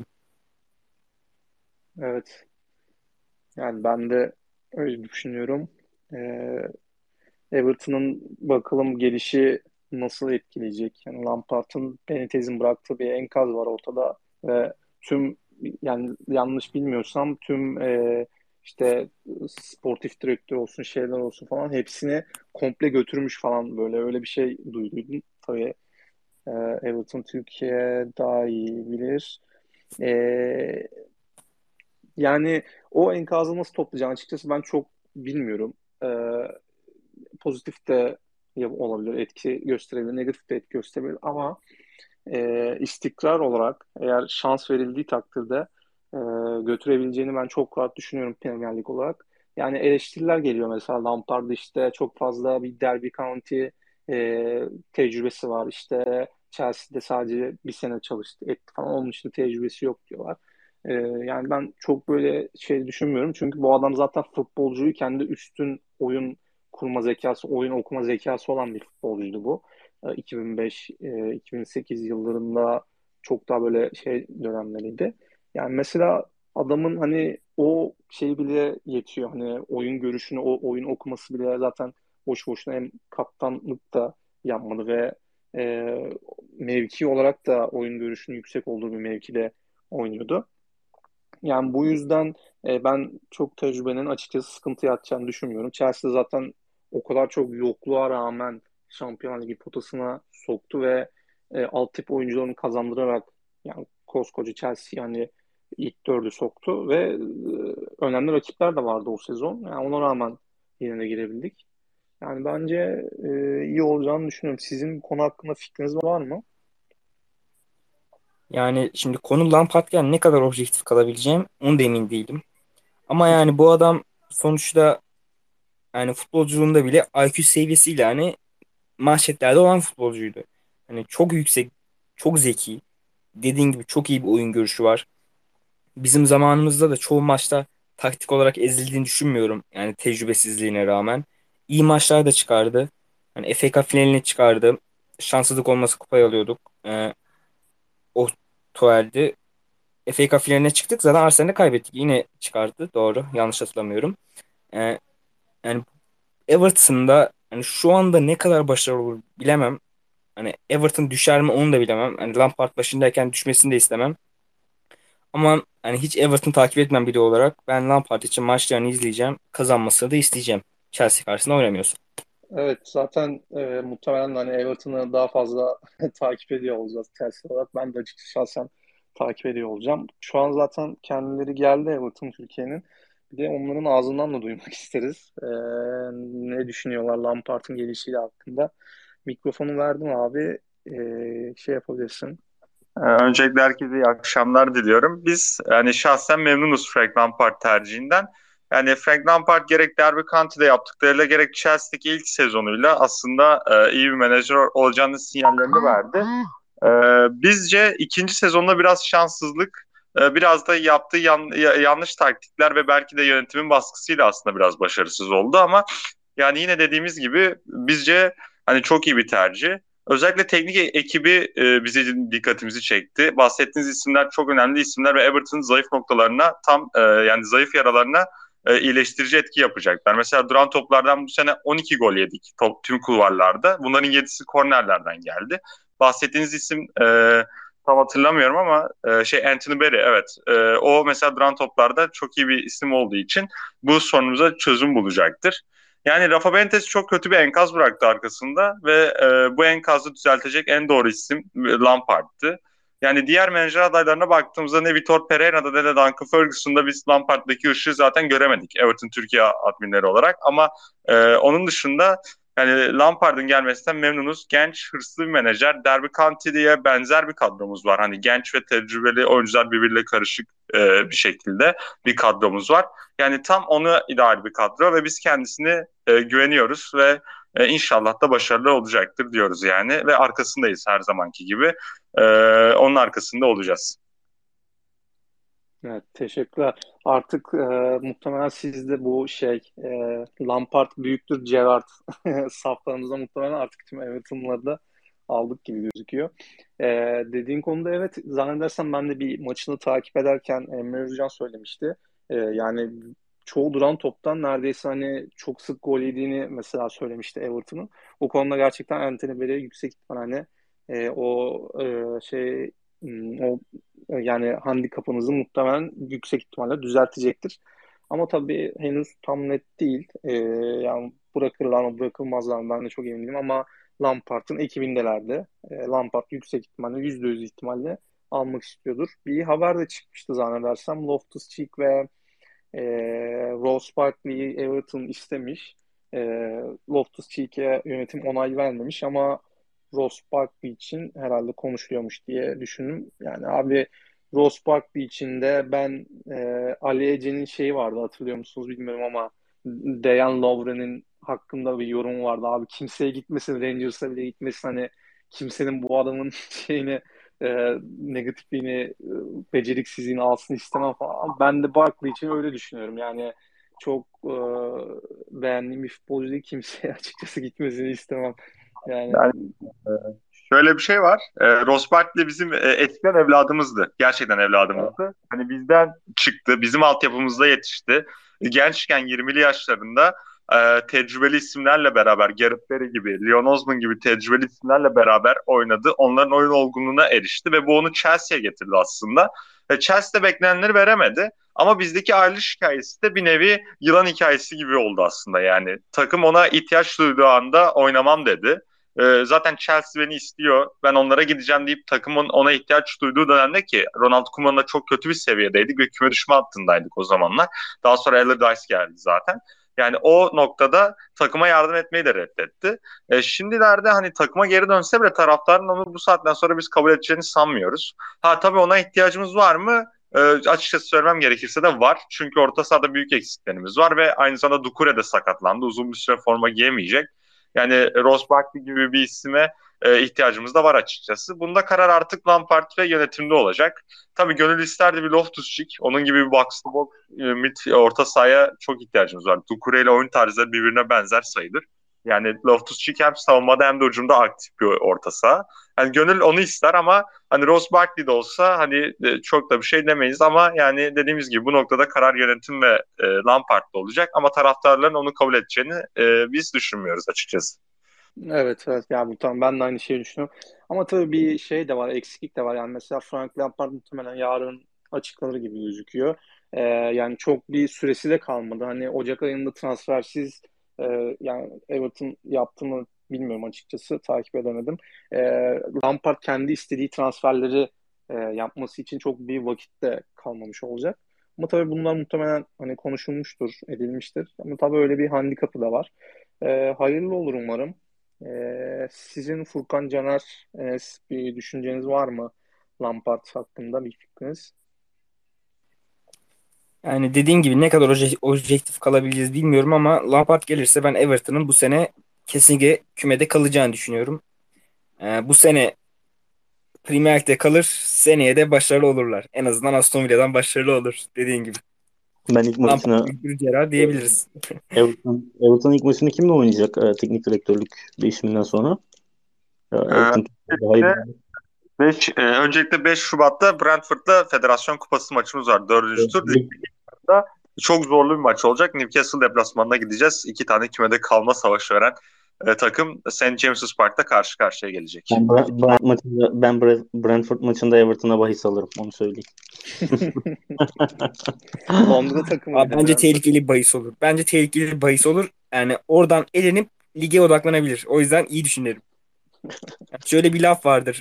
Evet. Yani ben de öyle düşünüyorum. E, Everton'ın bakalım gelişi nasıl etkileyecek? Yani Lampard'ın Benitez'in bıraktığı bir enkaz var ortada ve tüm yani yanlış bilmiyorsam tüm işte sportif direktör olsun şeyler olsun falan hepsini komple götürmüş falan böyle öyle bir şey duyduydum. Tabii e, Everton Türkiye daha iyi bilir. E, Yani o enkazı nasıl toplayacağını açıkçası ben çok bilmiyorum. E, Pozitif de olabilir, etki gösterebilir, negatif de etki gösterebilir ama istikrar olarak eğer şans verildiği takdirde e, götürebileceğini ben çok rahat düşünüyorum Premier Lig olarak. Yani eleştiriler geliyor mesela Lampard işte çok fazla bir Derby County tecrübesi var. İşte Chelsea'de sadece bir sene çalıştı etti falan. Onun için tecrübesi yok diyorlar. Yani ben çok böyle şey düşünmüyorum. Çünkü bu adam zaten futbolcuyu kendi üstün oyun kurma zekası, oyun okuma zekası olan bir futbolcuydu bu. 2005, 2008 yıllarında çok daha böyle şey dönemleriydi. Yani mesela adamın hani o şey bile yetiyor. Hani oyun görüşünü, o oyun okuması bile zaten boş boşuna hem kaptanlık da yapmadı ve mevki olarak da oyun görüşünün yüksek olduğu bir mevkide oynuyordu. Yani bu yüzden ben çok tecrübenin açıkçası sıkıntı yaratacağını düşünmüyorum. Chelsea zaten o kadar çok yokluğa rağmen Şampiyonlar Ligi potasına soktu ve altyapı oyuncularını kazandırarak yani koskoca Chelsea yani ilk dördü soktu ve önemli rakipler de vardı o sezon. Yani ona rağmen yine de girebildik. Yani bence iyi olacağını düşünüyorum. Sizin bu konu hakkında fikriniz var mı? Yani şimdi konu Lampard'ken ne kadar objektif kalabileceğim onu da emin değilim. Ama yani bu adam sonuçta yani futbolculuğunda bile IQ seviyesiyle hani manşetlerde olan futbolcuydu. Hani çok yüksek, çok zeki. Dediğin gibi çok iyi bir oyun görüşü var. Bizim zamanımızda da çoğu maçta taktik olarak ezildiğini düşünmüyorum. Yani tecrübesizliğine rağmen. İyi maçlar da çıkardı. Hani FA Cup finaline çıkardı. Şanssızlık olması kupayı alıyorduk. O tuvaldi. FA Cup finaline çıktık. Zaten Arsenal'de kaybettik. Yine çıkardı. Doğru. Yanlış hatırlamıyorum. Ee, Yani Everton'da hani şu anda ne kadar başarılı olur bilemem. Hani Everton düşer mi onu da bilemem. Hani Lampard başındayken düşmesini de istemem. Ama hani hiç Everton takip etmem biri olarak ben Lampard için maçlarını izleyeceğim. Kazanmasını da isteyeceğim. Chelsea karşısında oynamıyorsun. Evet, zaten muhtemelen hani Everton'ı daha fazla takip ediyor olacağız Chelsea olarak. Ben de açıkçası şahsen takip ediyor olacağım. Şu an zaten kendileri geldi Everton Türkiye'nin. Bir de onların ağzından da duymak isteriz. Ne düşünüyorlar Lampard'ın gelişiyle hakkında. Mikrofonu verdim abi. Şey yapabilirsin. Öncelikle herkese iyi akşamlar diliyorum. Biz yani şahsen memnunuz Frank Lampard tercihinden. Yani Frank Lampard gerek Derby County'de yaptıklarıyla gerek Chelsea'deki ilk sezonuyla aslında iyi bir menajer olacağını sinyallerini verdi. E, Bizce ikinci sezonda biraz şanssızlık, biraz da yaptığı yanlış taktikler ve belki de yönetimin baskısıyla aslında biraz başarısız oldu ama yani yine dediğimiz gibi bizce hani çok iyi bir tercih. Özellikle teknik ekibi bizi dikkatimizi çekti. Bahsettiğiniz isimler çok önemli isimler ve Everton'ın zayıf noktalarına yani zayıf yaralarına iyileştirici etki yapacaklar. Mesela duran toplardan bu sene 12 gol yedik tüm kulvarlarda. Bunların 7'si kornerlerden geldi. Bahsettiğiniz isim tam hatırlamıyorum ama Anthony Berry, evet. O mesela duran toplarda çok iyi bir isim olduğu için bu sorunumuza çözüm bulacaktır. Yani Rafa Benitez çok kötü bir enkaz bıraktı arkasında ve bu enkazı düzeltecek en doğru isim Lampard'tı. Yani diğer menajer adaylarına baktığımızda ne Vitor Pereira'da ne de Duncan Ferguson'da biz Lampard'daki ışığı zaten göremedik Everton Türkiye adminleri olarak. Ama onun dışında yani Lampard'ın gelmesinden memnunuz. Genç, hırslı bir menajer. Derby County'ye benzer bir kadromuz var. Hani genç ve tecrübeli oyuncular birbiriyle karışık bir şekilde bir kadromuz var. Yani tam onu ideal bir kadro ve biz kendisini güveniyoruz ve inşallah da başarılı olacaktır diyoruz yani ve arkasındayız her zamanki gibi. E, Onun arkasında olacağız. Evet, teşekkürler. Artık muhtemelen siz de bu Lampard büyüktür Gerrard saflarınıza muhtemelen artık tüm Everton'ları da aldık gibi gözüküyor. E, Dediğin konuda evet, zannedersem ben de bir maçını takip ederken Emre Özcan söylemişti. Yani çoğu duran toptan neredeyse hani çok sık gol yediğini mesela söylemişti Everton'un. O konuda gerçekten Anthony Barry'e yüksek ihtimal hani o yani handikapınızı muhtemelen yüksek ihtimalle düzeltecektir. Ama tabii henüz tam net değil. Yani bırakırlar mı bırakılmazlar mı ben de çok emin değilim ama Lampard'ın ekibindelerdi. Lampard yüksek ihtimalle %100 ihtimalle almak istiyordur. Bir haber de çıkmıştı zannedersem. Loftus-Cheek ve e, Ross Barkley'i Everton istemiş. E, Loftus-Cheek'e yönetim onay vermemiş ama Ross Barkley için herhalde konuşuluyormuş diye düşündüm. Yani abi Ross Barkley için de ben Ali Ece'nin şeyi vardı, hatırlıyor musunuz bilmiyorum ama Dejan Lovren'in hakkında bir yorum vardı. Abi kimseye gitmesin, Rangers'a bile gitmesin, hani kimsenin bu adamın negatifliğini, beceriksizliğini alsın istemem falan. Ben de Barkley için öyle düşünüyorum. Yani çok beğendiğim bir futbolcu değil. Kimseye açıkçası gitmesini istemem. Yani Yani şöyle bir şey var. Ross Barkley bizim eskiden evladımızdı. Gerçekten evladımızdı. Hani bizden çıktı. Bizim altyapımızda yetişti. Gençken 20'li yaşlarında tecrübeli isimlerle beraber Gareth Barry gibi, Leon Osman gibi tecrübeli isimlerle beraber oynadı. Onların oyun olgunluğuna erişti ve bu onu Chelsea'ye getirdi aslında. Chelsea'de beklenenleri veremedi. Ama bizdeki ayrılış hikayesi de bir nevi yılan hikayesi gibi oldu aslında. Yani takım ona ihtiyaç duyduğu anda oynamam dedi. Zaten Chelsea beni istiyor. Ben onlara gideceğim deyip takımın ona ihtiyaç duyduğu dönemde ki Ronald Koeman'la çok kötü bir seviyedeydik ve küme düşme hattındaydık o zamanlar. Daha sonra Allardyce geldi zaten. Yani o noktada takıma yardım etmeyi de reddetti. Şimdilerde hani takıma geri dönse bile taraftarın onu bu saatten sonra biz kabul edeceğini sanmıyoruz. Ha tabii ona ihtiyacımız var mı? Açıkçası söylemem gerekirse de var. Çünkü orta sahada büyük eksiklerimiz var ve aynı zamanda Doucouré de sakatlandı. Uzun bir süre forma giyemeyecek. Yani Ross Barkley gibi bir isime ihtiyacımız da var açıkçası. Bunda karar artık Lampard ve yönetimde olacak. Tabii gönül isterdi bir Loftus-Cheek. Onun gibi bir box to box mid orta sahaya çok ihtiyacımız var. Doucouré ile oyun tarzları birbirine benzer sayılır. Yani Loftus-Cheek hem savunmada hem de ucunda aktif bir orta saha. Yani gönül onu ister ama hani Ross Barkley de olsa hani çok da bir şey demeyiz ama yani dediğimiz gibi bu noktada karar yönetim ve Lampard'da olacak ama taraftarların onu kabul edeceğini biz düşünmüyoruz açıkçası. evet, evet, yani bu tamam, ben de aynı şeyi düşünüyorum. Ama tabii bir şey de var, eksiklik de var. Yani mesela Frank Lampard muhtemelen yarın açıklanır gibi gözüküyor. Yani çok bir süresi de kalmadı. Hani Ocak ayında transfersiz yani Everton yaptığını bilmiyorum açıkçası. Takip edemedim. E, Lampard kendi istediği transferleri yapması için çok bir vakit de kalmamış olacak. Ama tabii bunlar muhtemelen hani konuşulmuştur, edilmiştir. Ama tabii öyle bir handikapı da var. Hayırlı olur umarım. Sizin Furkan Caner, Enes, bir düşünceniz var mı Lampard hakkında bir fikriniz? Yani dediğin gibi ne kadar objektif kalabileceğiz bilmiyorum ama Lampard gelirse ben Everton'ın bu sene kesinlikle kümede kalacağını düşünüyorum. Bu sene Premier Lig'de kalır, seneye de başarılı olurlar. En azından Aston Villa'dan başarılı olur dediğin gibi. Ben ilk Lampard maçını büyük bir cerrah diyebiliriz. Everton ilk maçını kimle oynayacak teknik direktörlük değişiminden sonra? Ee, Everton daha iyi. Öncelikle 5 Şubat'ta Brentford'la Federasyon Kupası maçımız var. Dördüncü tur. Ligde çok zorlu bir maç olacak. Newcastle deplasmanına gideceğiz. İki tane kümede kalma savaşı veren takım St. James's Park'ta karşı karşıya gelecek. Ben Brentford maçında Everton'a bahis alırım. Onu söyleyeyim. Londra takımı bir Abi de bence Brentford. tehlikeli bir bahis olur. Bence tehlikeli bir bahis olur. Yani oradan elenip lige odaklanabilir. O yüzden iyi düşünelim. Yani şöyle bir laf vardır.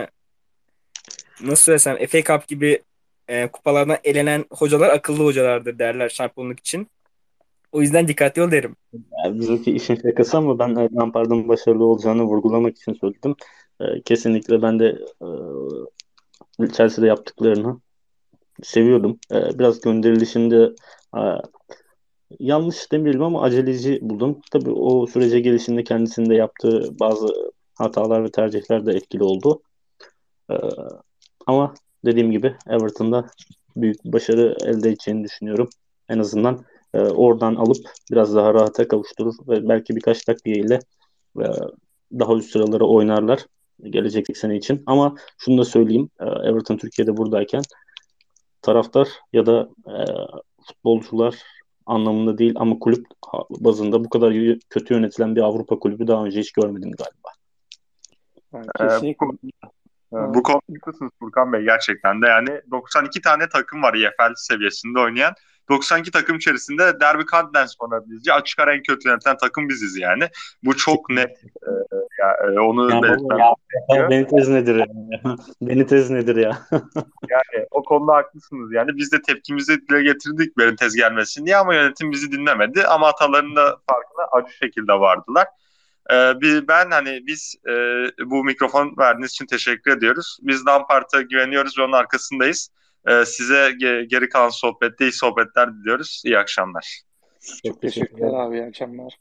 Nasıl söylesem FA Cup gibi kupalardan elenen hocalar akıllı hocalardır derler şampiyonluk için. O yüzden dikkatli ol derim. Yani bizimki işin şakası ama ben Lampard'ın başarılı olacağını vurgulamak için söyledim. Kesinlikle ben de Chelsea'de yaptıklarını seviyordum. Biraz gönderilişinde e, yanlış demeyelim ama aceleci buldum. Tabii o sürece gelişinde kendisinde yaptığı bazı hatalar ve tercihler de etkili oldu. Ee, Ama dediğim gibi Everton'da büyük bir başarı elde edeceğini düşünüyorum. En azından oradan alıp biraz daha rahata kavuşturur ve belki birkaç takviyeyle e, daha üst sıralara oynarlar gelecek sene için. Ama şunu da söyleyeyim, Everton Türkiye'de buradayken taraftar ya da futbolcular anlamında değil ama kulüp bazında bu kadar kötü yönetilen bir Avrupa kulübü daha önce hiç görmedim galiba. Yani Ee, kesinlikle. Bu konuda haklısınız Furkan Bey gerçekten de. Yani 92 tane takım var EFL seviyesinde oynayan. 92 takım içerisinde Derby County sonra bizce açık ara en kötü yönetilen takım biziz yani. Bu çok net. Onu Ya baba belirtmem ya, gerekiyor. beni tez nedir ya? Beni tez nedir ya? Yani o konuda haklısınız yani. Biz de tepkimizi dile getirdik Benitez gelmesin diye ama yönetim bizi dinlemedi. Ama hatalarının da farkına acı şekilde vardılar. Ben hani biz bu mikrofon verdiğiniz için teşekkür ediyoruz. Biz Lampard'a güveniyoruz ve onun arkasındayız. Size geri kalan sohbette iyi sohbetler diliyoruz. İyi akşamlar. Çok Çok teşekkür teşekkürler ederim. abi. İyi akşamlar.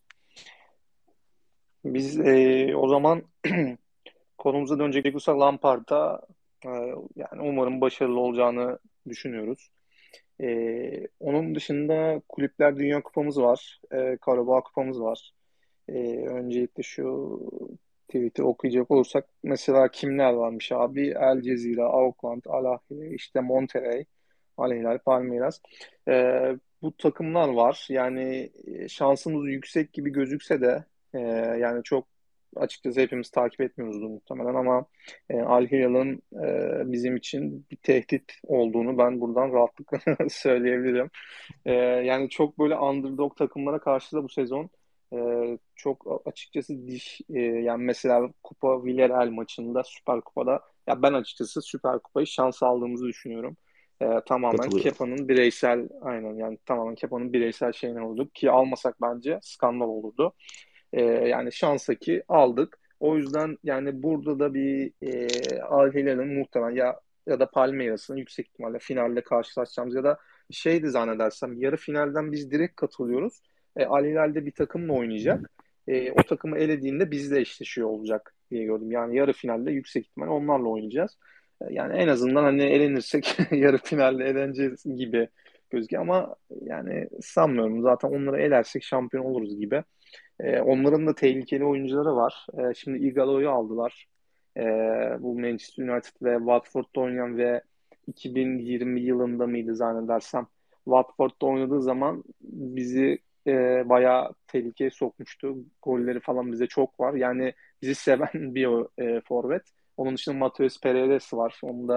Biz o zaman konumuza dönecek olursak Lampard'a e, yani umarım başarılı olacağını düşünüyoruz. Onun dışında Kulüpler Dünya Kupamız var. Karabağ Kupamız var. Öncelikle şu tweet'i okuyacak olursak mesela kimler varmış abi? El Cezire, Auckland, Al Ahly, işte Monterrey, Al Hilal, Palmeiras. Bu takımlar var. Yani şansımız yüksek gibi gözükse de yani çok açıkçası hepimiz takip etmiyoruzdur muhtemelen ama Al Hilal'ın bizim için bir tehdit olduğunu ben buradan rahatlıkla söyleyebilirim. Yani çok böyle underdog takımlara karşı da bu sezon çok açıkçası yani mesela Kupa Villarreal maçında Süper Kupa'da ya ben açıkçası Süper Kupayı şans aldığımızı düşünüyorum. Tamamen Katılıyorum. Kepa'nın bireysel aynen yani tamamen Kepa'nın bireysel şeyine oldu ki almasak bence skandal olurdu. Yani şansa ki aldık. O yüzden yani burada da bir Al Hilal'in muhtemelen ya da Palmeiras'ın yüksek ihtimalle finalde karşılaşacağımız ya da şeydi zannedersem yarı finalden biz direkt katılıyoruz. Al Hilal'de bir takımla oynayacak. O takımı elediğinde bizle eşleşiyor olacak diye gördüm. Yani yarı finalde yüksek ihtimal onlarla oynayacağız. Yani en azından hani elenirsek yarı finalde eleneceğiz gibi gözüküyor ama yani sanmıyorum. Zaten onları elersek şampiyon oluruz gibi. Onların da tehlikeli oyuncuları var. Şimdi Ighalo'yu aldılar. E, Bu Manchester United ve Watford'da oynayan ve 2020 yılında mıydı zannedersem Watford'da oynadığı zaman bizi bayağı tehlikeye sokmuştu. Golleri falan bize çok var. Yani bizi seven bir forvet. Onun dışında Matheus Pereira var. Onu da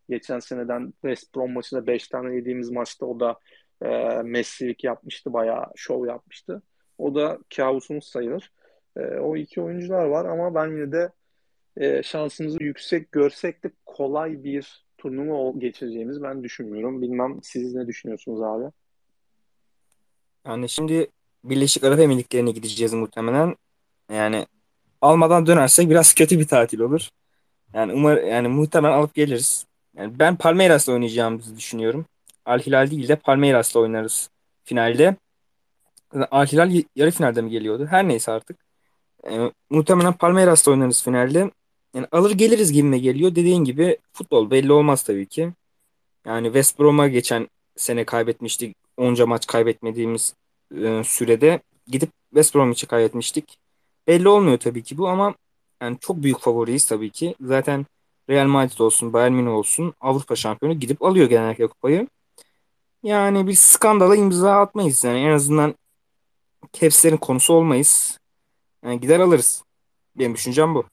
Geçen seneden West Brom maçında 5 tane yediğimiz maçta o da Messi'lik yapmıştı. Bayağı şov yapmıştı. O da kabusumuz sayılır. O iki oyuncular var ama ben yine de şansımızı yüksek görsek de kolay bir turnuva geçireceğimiz ben düşünmüyorum. Bilmem siz ne düşünüyorsunuz abi? Yani şimdi Birleşik Arap Emirlikleri'ne gideceğiz muhtemelen. Yani almadan dönersek biraz kötü bir tatil olur. Yani muhtemelen alıp geliriz. Yani ben Palmeiras'la oynayacağımızı düşünüyorum. Al Hilal değil de Palmeiras'la oynarız finalde. Al Hilal yarı finalde mi geliyordu? Her neyse artık. Muhtemelen Palmeiras'la oynarız finalde. Yani alır geliriz gibime geliyor. Dediğin gibi futbol belli olmaz tabii ki. Yani West Brom'a geçen sene kaybetmiştik. Onca maç kaybetmediğimiz sürede gidip West Bromwich'i kaybetmiştik. Belli olmuyor tabii ki bu ama yani çok büyük favoriyiz tabii ki. Zaten Real Madrid olsun, Bayern Münih olsun Avrupa şampiyonu gidip alıyor genellikle kupayı. Yani bir skandala imza atmayız. Yani en azından Cavs'lerin konusu olmayız. Yani gider alırız. Benim düşüncem bu.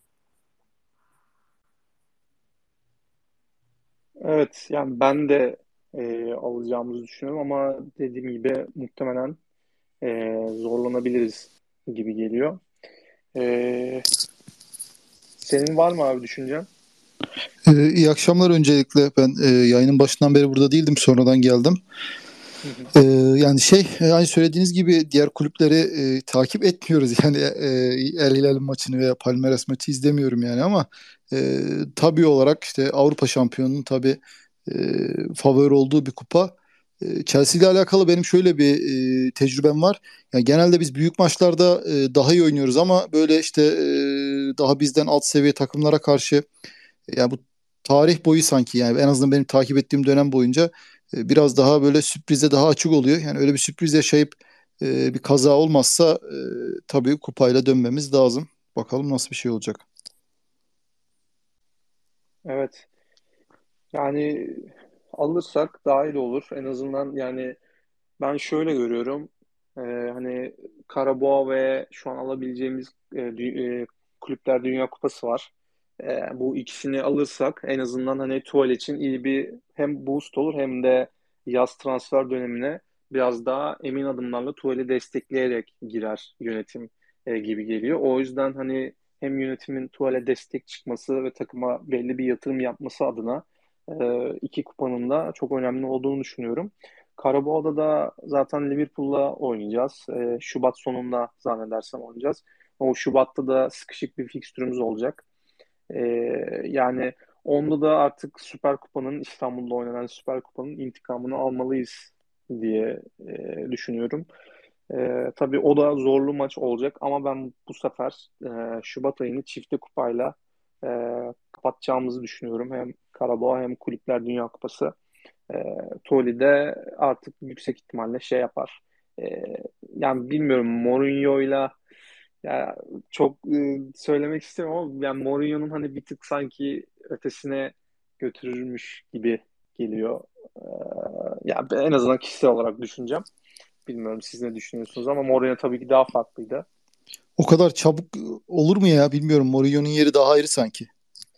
Evet, yani ben de alacağımızı düşünüyorum ama dediğim gibi muhtemelen zorlanabiliriz gibi geliyor. E, Senin var mı abi düşüncen? İyi akşamlar öncelikle. Ben yayının başından beri burada değildim. Sonradan geldim. Hı hı. Yani hani söylediğiniz gibi diğer kulüpleri takip etmiyoruz. Yani El Hilal'in maçını veya Palmeiras maçı izlemiyorum yani ama tabii olarak işte Avrupa şampiyonunun tabii e, favori olduğu bir kupa. Chelsea ile alakalı benim şöyle bir tecrübem var. Yani genelde biz büyük maçlarda daha iyi oynuyoruz ama böyle işte daha bizden alt seviye takımlara karşı yani bu tarih boyu sanki yani en azından benim takip ettiğim dönem boyunca biraz daha böyle sürprize daha açık oluyor. Yani öyle bir sürpriz yaşayıp bir kaza olmazsa tabii kupayla dönmemiz lazım. Bakalım nasıl bir şey olacak. Evet. Yani alırsak daha iyi de olur. En azından yani ben şöyle görüyorum. Hani Karabağ ve şu an alabileceğimiz Kulüpler Dünya Kupası var. Bu ikisini alırsak en azından hani Tuval için iyi bir hem boost olur hem de yaz transfer dönemine biraz daha emin adımlarla Tuval'i destekleyerek girer yönetim gibi geliyor. O yüzden hani hem yönetimin Tuval'e destek çıkması ve takıma belli bir yatırım yapması adına iki kupanın da çok önemli olduğunu düşünüyorum. Karabağ'da da zaten Liverpool'la oynayacağız. Şubat sonunda zannedersem oynayacağız. O Şubat'ta da sıkışık bir fikstürümüz olacak. Ee, Yani onda da artık Süper Kupa'nın İstanbul'da oynanan Süper Kupa'nın intikamını almalıyız diye düşünüyorum. Tabii o da zorlu maç olacak ama ben bu sefer Şubat ayını çifte kupayla e, kapatacağımızı düşünüyorum. Hem Karabağ hem Kulüpler Dünya Kupası. E, Toli de artık yüksek ihtimalle şey yapar. E, Yani bilmiyorum Mourinho'yla ya çok söylemek istemiyorum ama yani Mourinho'nun hani bir tık sanki ötesine götürürmüş gibi geliyor. E, Ya en azından kişisel olarak düşüneceğim. Bilmiyorum siz ne düşünüyorsunuz ama Mourinho tabii ki daha farklıydı. O kadar çabuk olur mu ya bilmiyorum. Mourinho'nun yeri daha ayrı sanki.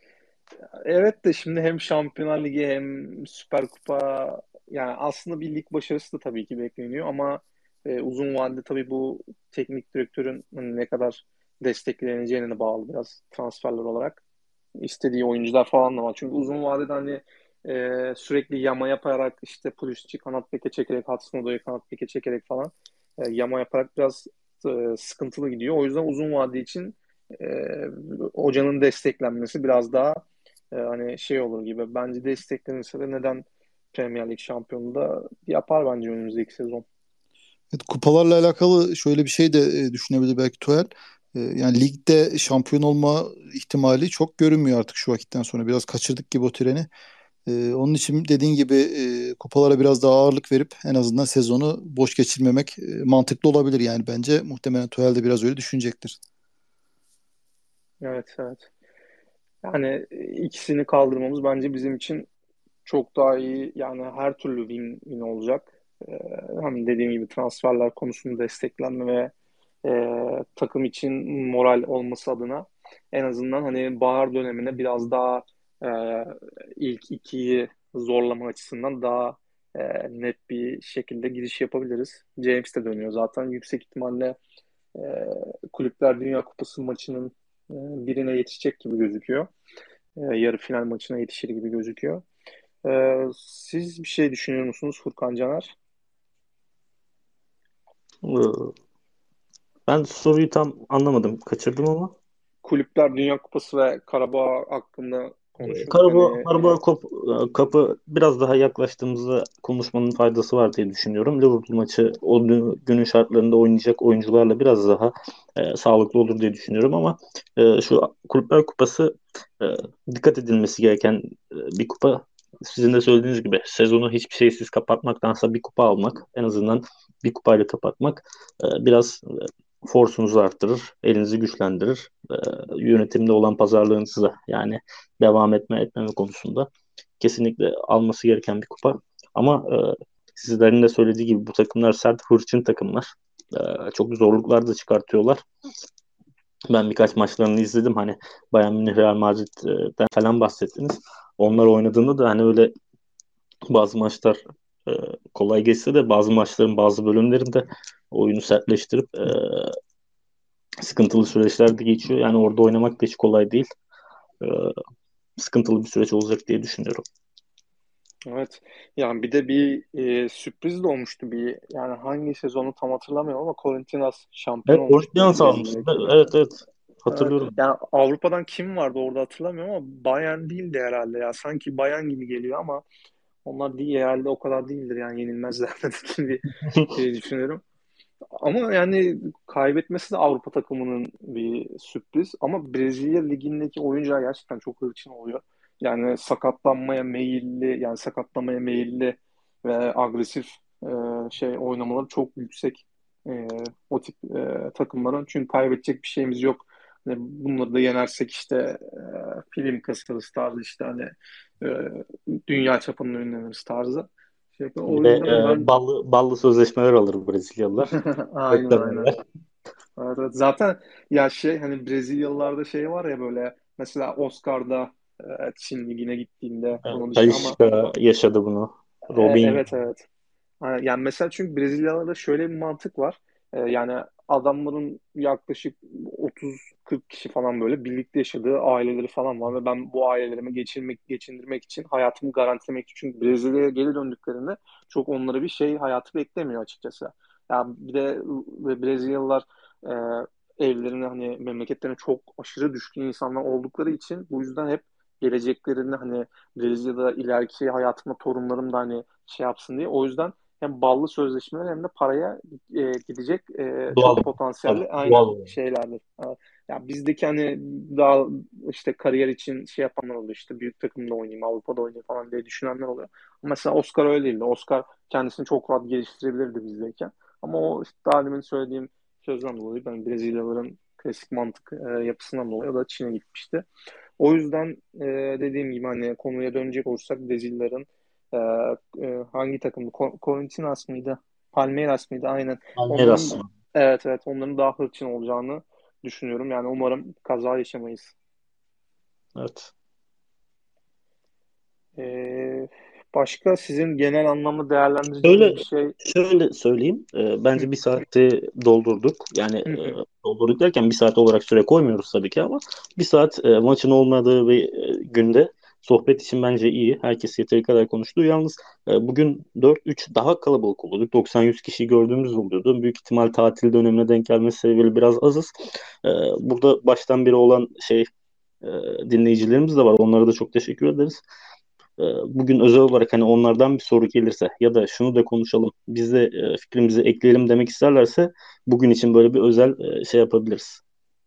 Evet de şimdi hem Şampiyonlar Ligi hem Süper Kupa yani aslında bir lig başarısı da tabii ki bekleniyor ama uzun vadede tabii bu teknik direktörün hani ne kadar destekleneceğine de bağlı biraz transferler olarak. İstediği oyuncular falan da var. Çünkü uzun vadede hani sürekli yama yaparak işte Pulisic'i kanat beke çekerek Hudson-Odoi kanat beke çekerek falan yama yaparak biraz sıkıntılı gidiyor. O yüzden uzun vade için e, hocanın desteklenmesi biraz daha hani şey olur gibi. Bence desteklenirse de neden Premier Lig şampiyonu da yapar bence önümüzdeki sezon. Evet, kupalarla alakalı şöyle bir şey de düşünebilir belki Tuchel. Yani ligde şampiyon olma ihtimali çok görünmüyor artık şu vakitten sonra. Biraz kaçırdık gibi o treni. Onun için dediğin gibi kupalara biraz daha ağırlık verip en azından sezonu boş geçirmemek mantıklı olabilir yani bence. Muhtemelen Tuchel de biraz öyle düşünecektir. Evet, evet. Yani ikisini kaldırmamız bence bizim için çok daha iyi. Yani her türlü win olacak. Hem dediğim gibi transferler konusunda desteklenme ve takım için moral olması adına en azından hani bahar dönemine biraz daha e, ilk ikiyi zorlama açısından daha net bir şekilde giriş yapabiliriz. James de dönüyor zaten. Yüksek ihtimalle e, Kulüpler Dünya Kupası maçının birine yetişecek gibi gözüküyor. Yarı final maçına yetişir gibi gözüküyor. Siz bir şey düşünüyor musunuz Furkan Caner? Ee, Ben soruyu tam anlamadım. Kaçırdım ama. Kulüpler Dünya Kupası ve Karabağ hakkında konuşuyorduk. Karabağ, Hani Kapı biraz daha yaklaştığımızda konuşmanın faydası var diye düşünüyorum. Liverpool maçı o günün şartlarında oynayacak oyuncularla biraz daha sağlıklı olur diye düşünüyorum ama şu Kulüpler Kupası e, dikkat edilmesi gereken bir kupa. Sizin de söylediğiniz gibi sezonu hiçbir şeysiz kapatmaktansa bir kupa almak, en azından bir kupayla kapatmak biraz forsunuzu arttırır, elinizi güçlendirir. Yönetimde olan pazarlığınızı da, yani devam etmeme konusunda kesinlikle alması gereken bir kupa. Ama sizlerin de söylediği gibi bu takımlar sert, hırçın takımlar. Çok zorluklar da çıkartıyorlar. Ben birkaç maçlarını izledim. Hani Bayern Münih, Real Madrid'den falan bahsettiniz. Onlar oynadığında da hani öyle bazı maçlar e, kolay geçse de bazı maçların bazı bölümlerinde oyunu sertleştirip sıkıntılı süreçler de geçiyor. Yani orada oynamak da hiç kolay değil. E, Sıkıntılı bir süreç olacak diye düşünüyorum. evet, yani bir de bir sürpriz de olmuştu, bir yani hangi sezonu tam hatırlamıyorum ama Corinthians şampiyon Evet, olmuştu Corinthians almıştı. Brezilya'daki. Evet, evet. Evet, Hatırlıyorum. yani Avrupa'dan kim vardı orada hatırlamıyorum ama Bayern değildi herhalde ya. Sanki Bayern gibi geliyor ama onlar değil herhalde, o kadar değildir yani, yenilmezler gibi diye düşünüyorum. Ama yani kaybetmesi de Avrupa takımının bir sürpriz. Ama Brezilya Ligi'ndeki oyuncular gerçekten çok hırçın oluyor. Yani sakatlamaya meyilli ve agresif oynamaları çok yüksek o tip takımların. Çünkü kaybedecek bir şeyimiz yok. Hani bunları da yenersek işte film kasarız tarzı, işte hani e, dünya çapında ünleniriz tarzı. O Ve yüzden ben ballı sözleşmeler alır Brezilyalılar. aynen aynen. Beklemeler. Evet, evet. Zaten ya hani Brezilyalılarda şey var ya, böyle mesela Oscar'da Çin Ligi'ne gittiğinde Evet, onu düşün ama Talisca yaşadı bunu. Robinho. evet, evet. Yani mesela çünkü Brezilyalarda şöyle bir mantık var. Yani adamların yaklaşık 30-40 kişi falan böyle birlikte yaşadığı aileleri falan var ve ben bu ailelerimi geçindirmek için, hayatımı garantilemek için, çünkü Brezilya'ya geri döndüklerinde çok onlara bir hayatı beklemiyor açıkçası. Yani bir de Brezilyalılar e, evlerine, hani memleketlerine çok aşırı düşkün insanlar oldukları için, bu yüzden hep geleceklerini, hani Brezilya'da ileriki hayatımda torunlarım da hani yapsın diye. O yüzden hem ballı sözleşmeler hem de paraya gidecek Doğal. çok Tabii, potansiyelli doğal aynen olarak. şeylerdir. Ya bizdeki hani daha işte kariyer için yapanlar oluyor, işte büyük takımda oynayayım, Avrupa'da oynayayım falan diye düşünenler oluyor. Ama mesela Oscar öyle değildi. Oscar kendisini çok rahat geliştirebilirdi bizdeyken. Ama o işte daha demin söylediğim sözden dolayı, ben Brezilyalıların klasik mantık yapısından dolayı o da Çin'e gitmişti. O yüzden dediğim gibi, hani konuya dönecek olursak, Brezilyalıların e, hangi takımdı? Corinthians mıydı? Palmeiras mıydı? Aynen. Palmeiras. Onların, evet, evet, onların daha hırçın olacağını düşünüyorum. Yani umarım kaza yaşamayız. Evet. E, Başka sizin genel anlamda değerlendireceğiniz Şöyle bir şey? şöyle söyleyeyim. Hı Bence bir saati doldurduk. Yani hı hı. doldurduk derken bir saat olarak süre koymuyoruz tabii ki ama bir saat maçın olmadığı bir günde sohbet için bence iyi. Herkes yeteri kadar konuştu. Yalnız bugün 4-3 daha kalabalık olurduk. 90-100 kişi gördüğümüz oluyordu. Büyük ihtimal tatil dönemine denk gelmesi sebebiyle biraz azız. E, Burada baştan beri olan e, dinleyicilerimiz de var. Onlara da çok teşekkür ederiz. Bugün özel olarak hani onlardan bir soru gelirse ya da şunu da konuşalım, biz de fikrimizi ekleyelim demek isterlerse bugün için böyle bir özel yapabiliriz.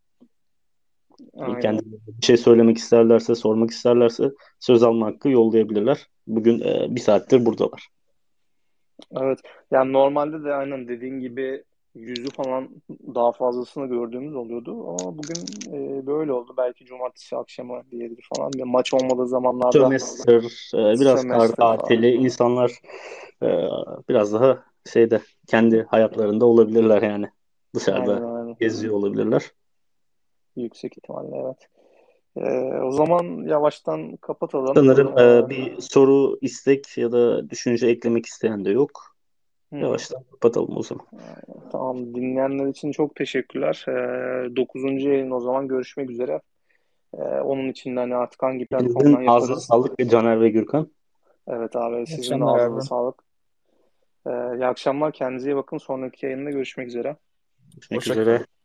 Aynen. Kendileri bir şey söylemek isterlerse, sormak isterlerse söz alma hakkı yollayabilirler. Bugün bir saattir buradalar. Evet. Yani normalde de aynen dediğin gibi yüzü falan daha fazlasını gördüğümüz oluyordu. Ama bugün böyle oldu. Belki cumartesi akşamı diyedir falan. Bir maç olmadığı zamanlarda Sömestr, biraz kar sömestr falan. tatili, insanlar e, biraz daha kendi hayatlarında olabilirler yani. Aynen Dışarıda aynen. geziyor olabilirler. Yüksek ihtimalle evet. O zaman yavaştan kapatalım. Sanırım bir soru, istek ya da düşünce eklemek isteyen de yok. Hı. Yavaştan kapatalım o zaman. Tamam, dinleyenler için çok teşekkürler. 9. yayın o zaman görüşmek üzere. Onun için de hani artık hangi platformdan Hepinizin ağzına yaparız? sağlık ve Caner ve Gürkan. Evet abi, İyi sizin de akşamlar ağzınıza abi. sağlık. İyi akşamlar, kendinize iyi bakın. Sonraki yayında görüşmek üzere. Görüşmek Hoşça kalın. üzere.